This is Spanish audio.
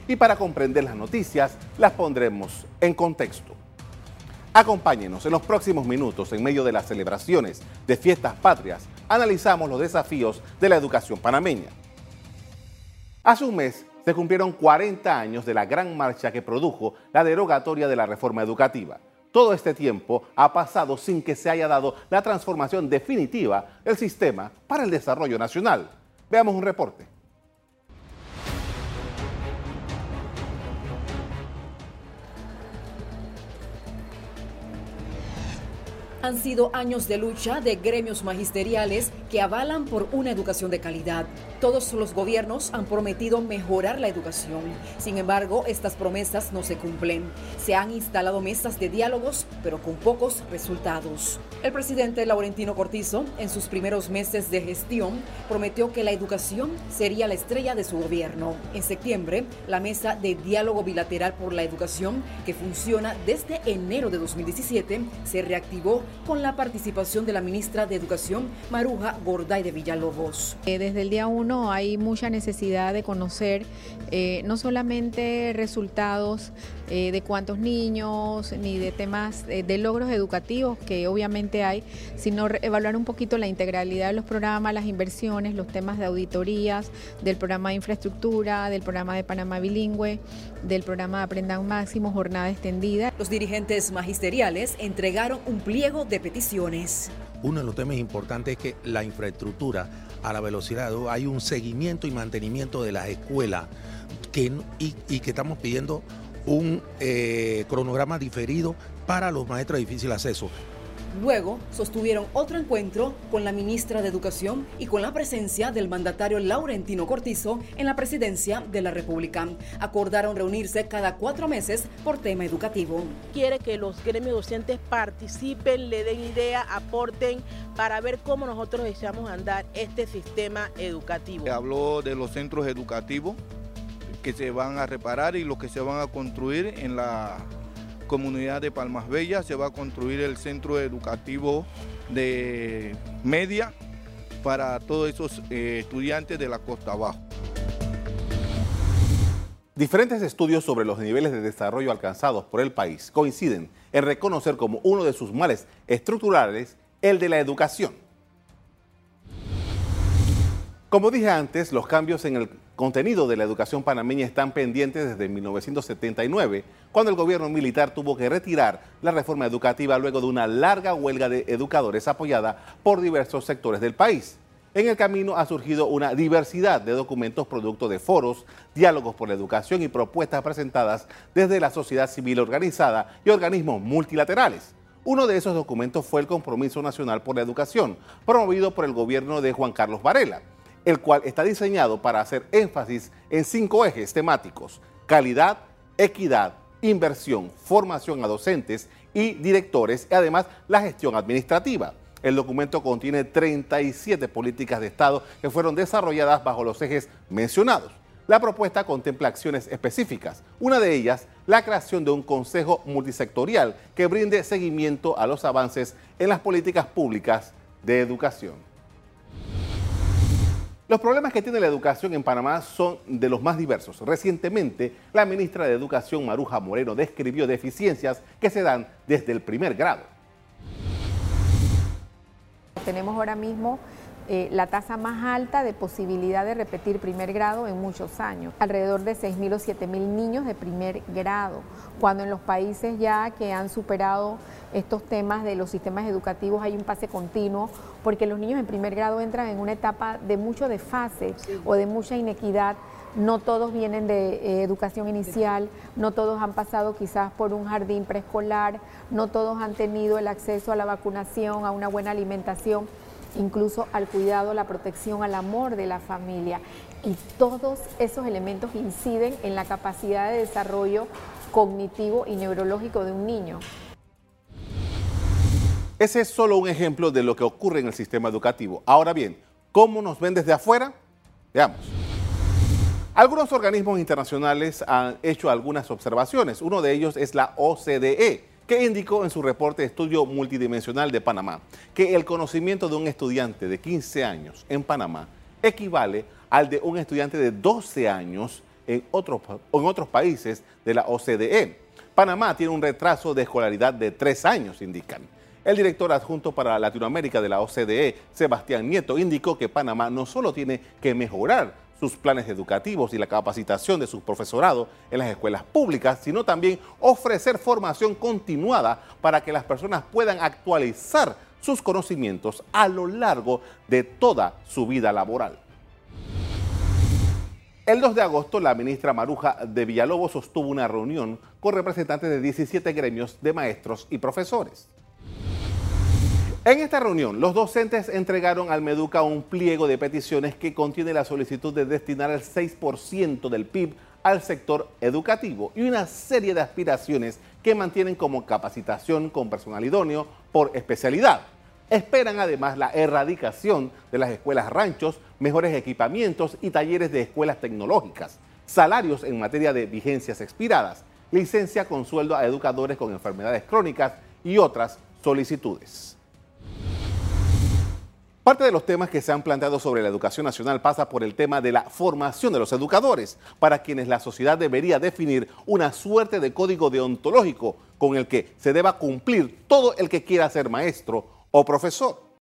y para comprender las noticias las pondremos en contexto. Acompáñenos en los próximos minutos en medio de las celebraciones de fiestas patrias. Analizamos los desafíos de la educación panameña. Hace un mes se cumplieron 40 años de la gran marcha que produjo la derogatoria de la reforma educativa. Todo este tiempo ha pasado sin que se haya dado la transformación definitiva del sistema para el desarrollo nacional. Veamos un reporte. Han sido años de lucha de gremios magisteriales que avalan por una educación de calidad. Todos los gobiernos han prometido mejorar la educación. Sin embargo, estas promesas no se cumplen. Se han instalado mesas de diálogos, pero con pocos resultados. El presidente Laurentino Cortizo, en sus primeros meses de gestión, prometió que la educación sería la estrella de su gobierno. En septiembre, la mesa de diálogo bilateral por la educación, que funciona desde enero de 2017, se reactivó con la participación de la ministra de Educación, Maruja Gorday de Villalobos. Desde el día 1 hay mucha necesidad de conocer no solamente resultados de cuántos niños, ni de temas de logros educativos que obviamente hay, sino evaluar un poquito la integralidad de los programas, las inversiones, los temas de auditorías, del programa de infraestructura, del programa de Panamá Bilingüe, del programa de Aprendan Máximo, jornada extendida. Los dirigentes magisteriales entregaron un pliego de peticiones. Uno de los temas importantes es que la infraestructura a la velocidad, hay un seguimiento y mantenimiento de las escuelas y que estamos pidiendo un cronograma diferido para los maestros de difícil acceso. Luego sostuvieron otro encuentro con la ministra de Educación y con la presencia del mandatario Laurentino Cortizo en la presidencia de la República. Acordaron reunirse cada 4 meses por tema educativo. Quiere que los gremios docentes participen, le den idea, aporten para ver cómo nosotros echamos a andar este sistema educativo. Habló de los centros educativos que se van a reparar y los que se van a construir en la comunidad de Palmas Bellas. Se va a construir el centro educativo de media para todos esos estudiantes de la costa abajo. Diferentes estudios sobre los niveles de desarrollo alcanzados por el país coinciden en reconocer como uno de sus males estructurales el de la educación. Como dije antes, los cambios en el contenido de la educación panameña están pendientes desde 1979, cuando el gobierno militar tuvo que retirar la reforma educativa luego de una larga huelga de educadores apoyada por diversos sectores del país. En el camino ha surgido una diversidad de documentos producto de foros, diálogos por la educación y propuestas presentadas desde la sociedad civil organizada y organismos multilaterales. Uno de esos documentos fue el Compromiso Nacional por la Educación, promovido por el gobierno de Juan Carlos Varela, el cual está diseñado para hacer énfasis en 5 ejes temáticos: calidad, equidad, inversión, formación a docentes y directores, y además la gestión administrativa. El documento contiene 37 políticas de Estado que fueron desarrolladas bajo los ejes mencionados. La propuesta contempla acciones específicas, una de ellas la creación de un consejo multisectorial que brinde seguimiento a los avances en las políticas públicas de educación. Los problemas que tiene la educación en Panamá son de los más diversos. Recientemente, la ministra de Educación, Maruja Moreno, describió deficiencias que se dan desde el primer grado. Tenemos ahora mismo la tasa más alta de posibilidad de repetir primer grado en muchos años. Alrededor de 6.000 o 7.000 niños de primer grado, cuando en los países ya que han superado estos temas de los sistemas educativos hay un pase continuo, porque los niños en primer grado entran en una etapa de mucho desfase o de mucha inequidad. No todos vienen de educación inicial, no todos han pasado quizás por un jardín preescolar, no todos han tenido el acceso a la vacunación, a una buena alimentación, incluso al cuidado, la protección, al amor de la familia. Y todos esos elementos inciden en la capacidad de desarrollo cognitivo y neurológico de un niño. Ese es solo un ejemplo de lo que ocurre en el sistema educativo. Ahora bien, ¿cómo nos ven desde afuera? Veamos. Algunos organismos internacionales han hecho algunas observaciones. Uno de ellos es la OCDE, que indicó en su reporte de estudio multidimensional de Panamá que el conocimiento de un estudiante de 15 años en Panamá equivale al de un estudiante de 12 años en otros países de la OCDE. Panamá tiene un retraso de escolaridad de 3 años, indican. El director adjunto para Latinoamérica de la OCDE, Sebastián Nieto, indicó que Panamá no solo tiene que mejorar sus planes educativos y la capacitación de su profesorado en las escuelas públicas, sino también ofrecer formación continuada para que las personas puedan actualizar sus conocimientos a lo largo de toda su vida laboral. El 2 de agosto, la ministra Maruja de Villalobos sostuvo una reunión con representantes de 17 gremios de maestros y profesores. En esta reunión, los docentes entregaron al Meduca un pliego de peticiones que contiene la solicitud de destinar el 6% del PIB al sector educativo y una serie de aspiraciones que mantienen como capacitación con personal idóneo por especialidad. Esperan además la erradicación de las escuelas ranchos, mejores equipamientos y talleres de escuelas tecnológicas, salarios en materia de vigencias expiradas, licencia con sueldo a educadores con enfermedades crónicas y otras solicitudes. Parte de los temas que se han planteado sobre la educación nacional pasa por el tema de la formación de los educadores, para quienes la sociedad debería definir una suerte de código deontológico con el que se deba cumplir todo el que quiera ser maestro o profesor.